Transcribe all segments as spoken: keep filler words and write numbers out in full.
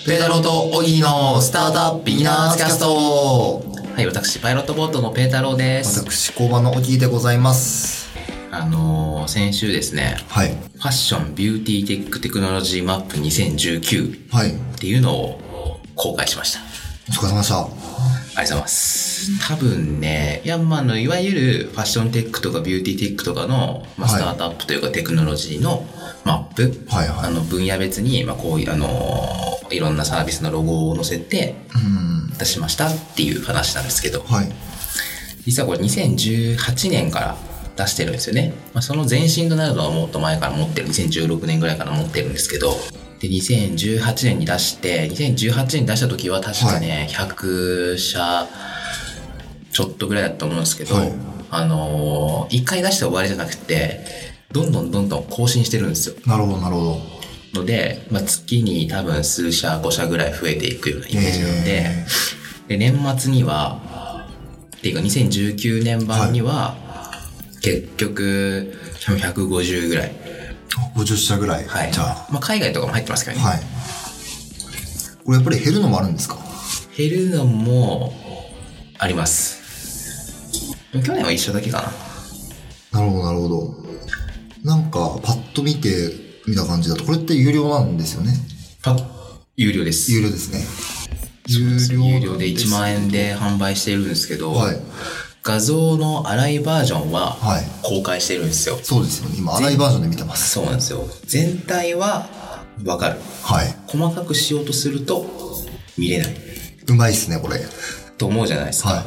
ペータローとオギーのスタートアップビギナーズキャスト。 はい、私パイロットボートのペータローです。 私工場のオギーでございます。 あのー、先週ですね、はい、ファッションビューティーテックテクノロジーマップにせんじゅうきゅうっていうのを公開しました。 お疲れ様でした。ありがとうございます。多分ね、いや、まあ、あの、いわゆるファッションテックとかビューティーテックとかの、まあ、スタートアップというかテクノロジーのマップ、はいはい、あの、分野別に、まあ、こういう、あの、いろんなサービスのロゴを載せて、出しましたっていう話なんですけど、はい、実はこれにせんじゅうはちねんから出してるんですよね。まあ、その前身となるのはもっと前から持ってる、にせんじゅうろくねんぐらいから持ってるんですけど、で、にせんじゅうはちねんに出して、にせんじゅうはちねんに出した時は確かね、はい、ひゃくしゃちょっとぐらいだと思うんですけど、はい、あのー、一回出して終わりじゃなくて、どんどんどんどん更新してるんですよ。 なるほど、なるほど。 ので、まあ、月に多分数社、ご社ぐらい増えていくようなイメージなので、で、年末には、っていうかにせんじゅうきゅうねん版には、はい、結局、ひゃくごじゅうぐらい。 ごじゅっしゃぐらい。 はい。じゃあ。まあ、海外とかも入ってますからね。 はい。これやっぱり減るのもあるんですか？ 減るのも、あります。去年は一緒だけかな。なるほど、なるほど。なんか、パッと見て、見た感じだと、これって有料なんですよね。 パッ、有料です。 有料ですね。 有料、有料でいちまんえんで販売してるんですけど、はい、画像の粗いバージョンは公開してるんですよ。はい、 そうですよね。今、粗いバージョンで見てます。 そうなんですよ。全体はわかる。はい。細かくしようとすると見れない。 うまいっすね、これ。と思うじゃないですか。はい、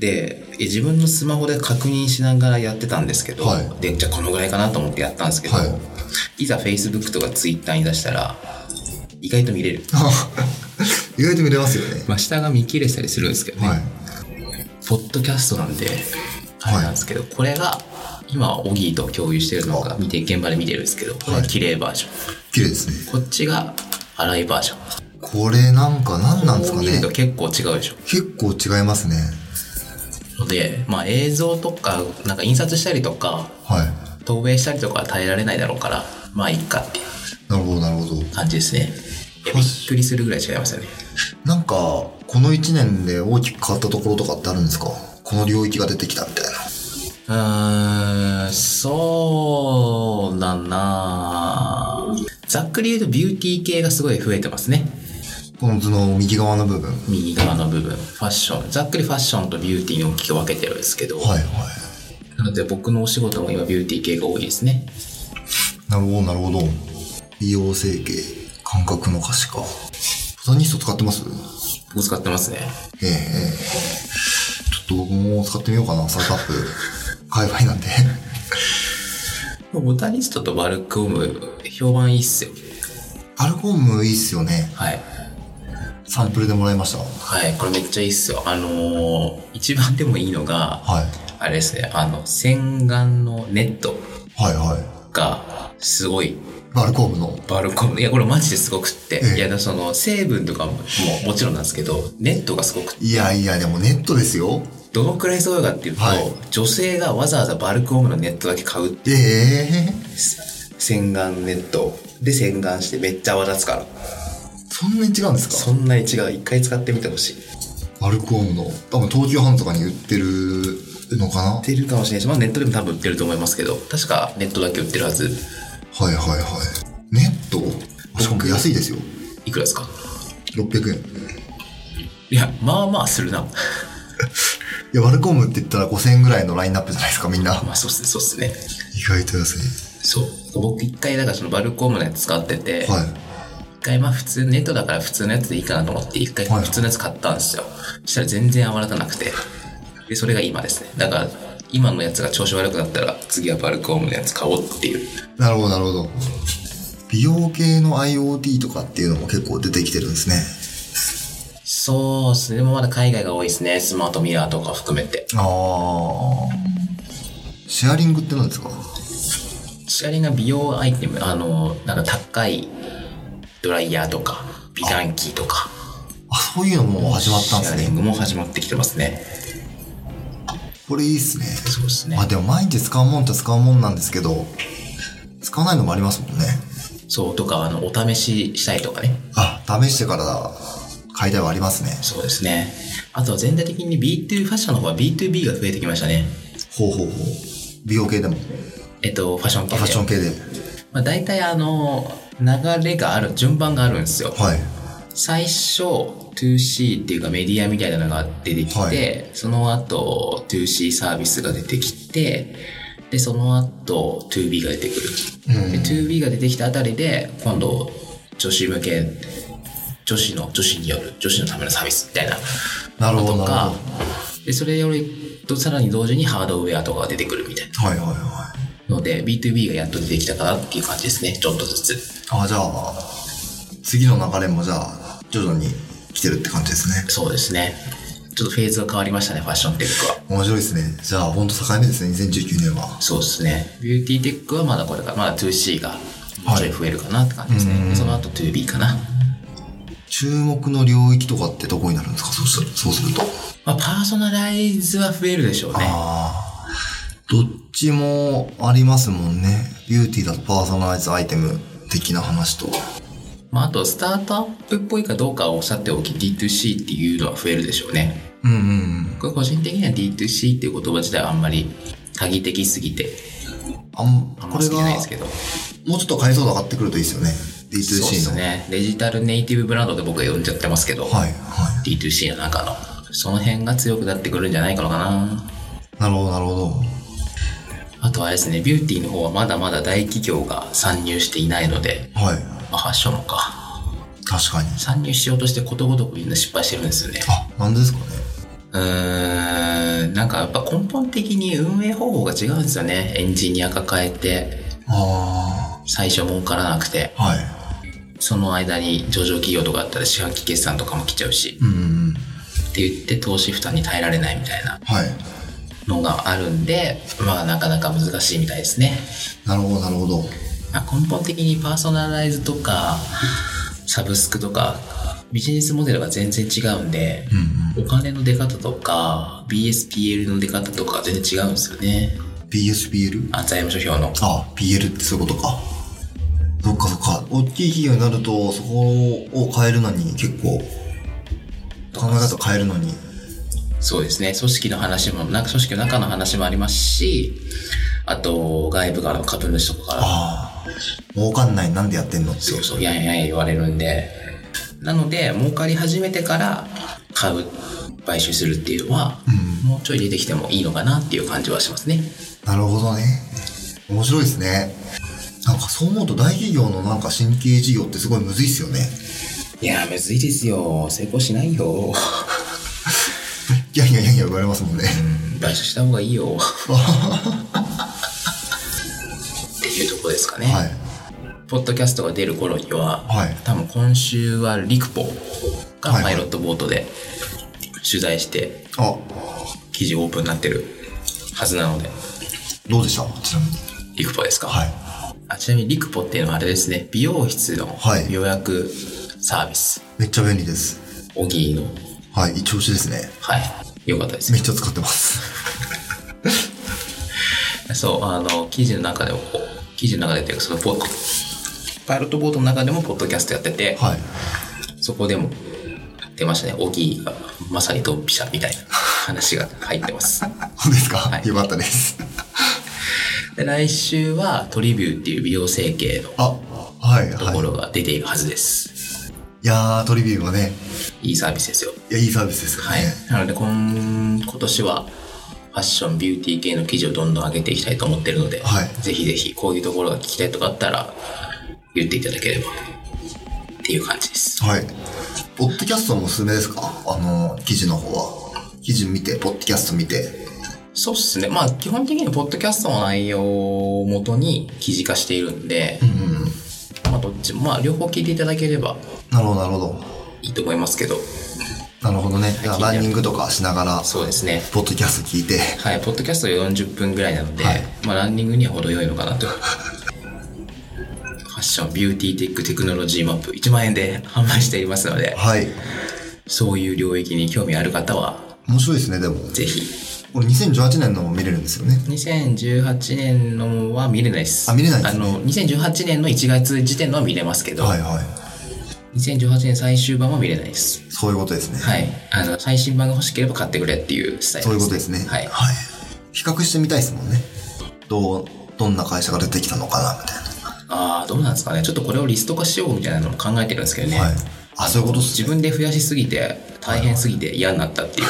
で、自分のスマホで確認しながらやってたんですけど、はい、で、じゃあこのぐらいかなと思ってやったんですけど、はい、いざ Facebook とか Twitter に出したら、意外と見れる。 意外と見れますよね。 まあ、下が見切れたりするんですけどね。はい、ポッドキャストなんで、あれなんですけど、はい、これが、今はオギーと共有してるのが見て、現場で見てるんですけど、これは綺麗バージョン。 綺麗ですね。 こっちが粗いバージョン。 これなんか何なんですかね。 こう見ると結構違うでしょ。 結構違いますね。 ので、まあ映像とか、なんか印刷したりとか、はい、投影したりとかは耐えられないだろうから、まあいいかっていう。 なるほど、なるほど。 感じですね。びっくりするぐらい違いますよね。 なんか、このいちねんで大きく変わったところとかってあるんですか？この領域が出てきたみたいな。うーん、そうだなざっくり言うとビューティー系がすごい増えてますね。 この図の右側の部分。 右側の部分。ファッション。ざっくりファッションとビューティーに大きく分けてるんですけど。はいはい。なので僕のお仕事も今ビューティー系が多いですね。 なるほど、なるほど。美容整形、感覚の可視化。ボタニスト使ってます？ 僕使ってますね。 ええー。ちょっと僕も使ってみようかな、スタートアップ。界隈なんで。 ボタニストとバルクオム、評判いいっすよ。 バルクオムいいっすよね。 はい。 サンプルでもらいました。 はい、これめっちゃいいっすよ。あのー、一番でもいいのが、はい。あれですね、あの、洗顔のネット。はいはい。が、すごい。 バルコームのバルコーム。いや、これマジですごくって。ええ、いや、その、成分とかももちろんなんですけど、ネットがすごくって。 いやいや、でもネットですよ。 どのくらいすごいかっていうと、はい、女性がわざわざバルコームのネットだけ買うっていう。ええー。洗顔ネットで洗顔してめっちゃ泡立つから。 そんなに違うんですか？ そんなに違う。一回使ってみてほしい。 バルコームの、多分東急ハンズとかに売ってるのかな？ 売ってるかもしれないし、まあネットでも多分売ってると思いますけど、確かネットだけ売ってるはず。 はいはいはい。ネット？しかも安いですよ。 いくらですか？ ろっぴゃくえん。 いや、まあまあするな。 いや、バルコームって言ったらごせんえんぐらいのラインナップじゃないですか、みんな。 まあそうっすね、そうっすね。 意外と安い。 そう。僕一回だからそのバルコームのやつ使ってて、はい。一回まあ普通、ネットだから普通のやつでいいかなと思って、一回普通のやつ買ったんですよ。はい、そしたら全然泡立たなくて。で、それが今ですね。だから、今のやつが調子悪くなったら、次はバルコームのやつ買おうっていう。 なるほど、なるほど。美容系の IoT とかっていうのも結構出てきてるんですね。 そうですね。でもまだ海外が多いですね。スマートミラーとか含めて。ああ。シェアリングって何ですか？ シェアリングは美容アイテム、あの、なんか高いドライヤーとか、美顔器とか。 あ、そういうのも始まったんですね。 シェアリングも始まってきてますね。 これいいっすね。 そうですね。 あ、でも毎日使うもんって使うもんなんですけど、使わないのもありますもんね。 そう、とか、あの、お試ししたいとかね。 あ、試してから買いたいはありますね。 そうですね。あとは全体的に ビーツー、ファッションの方は ビーツービー が増えてきましたね。 ほうほうほう。美容系でも。 えっと、ファッション系で。 ファッション系で。 まあ、大体あの、流れがある、順番があるんですよ。 はい。 最初、ツーシー っていうかメディアみたいなのが出てきて、はい、その後、ツーシー サービスが出てきて、で、その後、ツービー が出てくる。うん、で ツービー が出てきたあたりで、今度、女子向け、女子の、女子による、女子のためのサービスみたいな。 なるほど。とか、 で、それよりとさらに同時にハードウェアとかが出てくるみたいな。 はいはいはい。 ので、ビーツービー がやっと出てきたかなっていう感じですね。ちょっとずつ。 あ、じゃあ、次の流れもじゃあ、徐々に来てるって感じですね。 そうですね。ちょっとフェーズが変わりましたね、ファッションテックは。 面白いですね。じゃあ、ほんと境目ですね、にせんじゅうきゅうねんは。 そうですね。ビューティーテックはまだこれから、まだ ツーシー がもうちょい増えるかなって感じですね。はい、その後 ツービー かな。 注目の領域とかってどこになるんですか、そうする、そうすると。 まあ、パーソナライズは増えるでしょうね。 ああ。どっちもありますもんね。ビューティーだとパーソナライズアイテム的な話と。 まあ、あと、スタートアップっぽいかどうかをおっしゃっておき、ディーツーシー っていうのは増えるでしょうね。 うんうん。 これ個人的には ディーツーシー っていう言葉自体はあんまり多義的すぎて、 あん、 あんま好きじゃないですけど。 もうちょっと解像度上がってくるといいですよね。ディーツーシー の。そうですね。デジタルネイティブブランドで僕は呼んじゃってますけど、はい、はい。ディーツーシー の中の、その辺が強くなってくるんじゃないかな。 なるほど、なるほど。 あとはですね、ビューティーの方はまだまだ大企業が参入していないので、はい。まあ、ファッションもか。 確かに。 参入しようとしてことごとくみんな失敗してるんですよね。 あ、なんでですかね。 うーん、なんかやっぱ根本的に運営方法が違うんですよね。エンジニア抱えて、あ最初儲からなくて、はい。その間に上場企業とかだったら四半期決算とかも来ちゃうし、うんうん、って言って投資負担に耐えられないみたいな。はい。のがあるんで、まあなかなか難しいみたいですね。 なるほどなるほど。 根本的にパーソナライズとかサブスクとかビジネスモデルが全然違うんで、うんうん、お金の出方とか ビーエスピーエル の出方とか全然違うんですよね。 ビーエスピーエル？ あ、財務諸表の。 あ、ピーエル ってそういうことか。そっかそっか。大きい企業になるとそこを変えるのに結構考え方変えるのに。 そうですね。組織の話も、なんか組織の中の話もありますし、あと、外部からの株主とかから。ああ。儲かんない、なんでやってんのって。 そうそう、やんやんや言われるんで。なので、儲かり始めてから買う、買収するっていうのは、うん、もうちょい出てきてもいいのかなっていう感じはしますね。 なるほどね。面白いですね。なんかそう思うと大企業のなんか新経営事業ってすごいむずいっすよね。 いやー、むずいですよ。成功しないよ。 いやいやいやいや言われますもんね。 うん、買収した方がいいよ。っていうとこですかね。はい。ポッドキャストが出る頃には、はい、多分今週はリクポがパイロットボートで取材して、はいはい、記事オープンになってるはずなので。 どうでした？ちなみに。 リクポですか？はい。あ、ちなみにリクポっていうのはあれですね、美容室の予約サービス。 はい、めっちゃ便利です。 オギーの。 はい、一押しですね。 はい。よかったです。 めっちゃ使ってます。 そう、あの、記事の中でも、記事の中でっていうか、そのポ、パイロットボートの中でもポッドキャストやってて、はい、そこでも出ましたね。オギーがまさにドンピシャみたいな話が入ってます。 本当ですか？はい。よかったです。 で、来週はトリビューっていう美容整形のはいところが出ているはずです。 いやー、トリビューはね、 いいサービスですよ。 いや、いいサービスですよね。はい。 なので、今、今年はファッション、ビューティー系の記事をどんどん上げていきたいと思ってるので、はい、ぜひぜひこういうところが聞きたいとかあったら言っていただければっていう感じです。はい。 ポッドキャストもおすすめですか？あの、記事の方は。記事見て、ポッドキャスト見て。 そうっすね。まあ、基本的にはポッドキャストの内容を元に記事化しているんで、うんうん、まあ、どっちも、まあ、両方聞いていただければ。 なるほど、なるほど。 いいと思いますけど。 なるほどね。ランニングとかしながら、 そうですね。 ポッドキャスト聞いて。 はい、ポッドキャストよんじゅっぷんぐらいなので、はい、まあ、ランニングには程よいのかなと。ファッション、ビューティーテックテクノロジーマップ、いちまんえんで販売していますので、はい。そういう領域に興味ある方は、 面白いですね、でも。 ぜひ、 これにせんじゅうはちねんのも見れるんですよね。 にせんじゅうはちねんのは見れないです。 あ、見れないですね。 あの、にせんじゅうはちねんのいちがつ時点のは見れますけど、 はいはい。 にせんじゅうはちねん最終版は見れないです。 そういうことですね。 はい。あの、最新版が欲しければ買ってくれっていうスタイルです、ね。そういうことですね。はい。 はい。比較してみたいですもんね。どう、どんな会社が出てきたのかな、みたいな。 ああ、どうなんですかね。ちょっとこれをリスト化しようみたいなのも考えてるんですけどね。はい。 あ、そういうことですね。 自分で増やしすぎて、大変すぎて嫌になったっていう。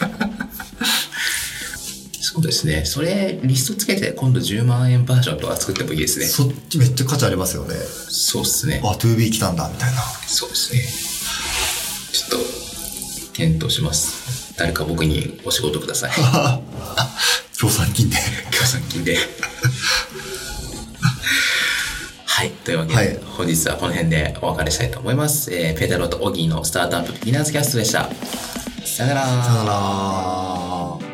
そうですね。それ、リストつけて今度じゅうまんえんバージョンとか作ってもいいですね。 そっちめっちゃ価値ありますよね。 そうっすね。 あ、トゥービー 来たんだ、みたいな。 そうですね。ちょっと、検討します。誰か僕にお仕事ください。 協賛金で。 協賛金で。はい。というわけで、はい、本日はこの辺でお別れしたいと思います。えー、ペータローとオギーのスタートアップビギナーズキャストでした。さよなら。 さよなら。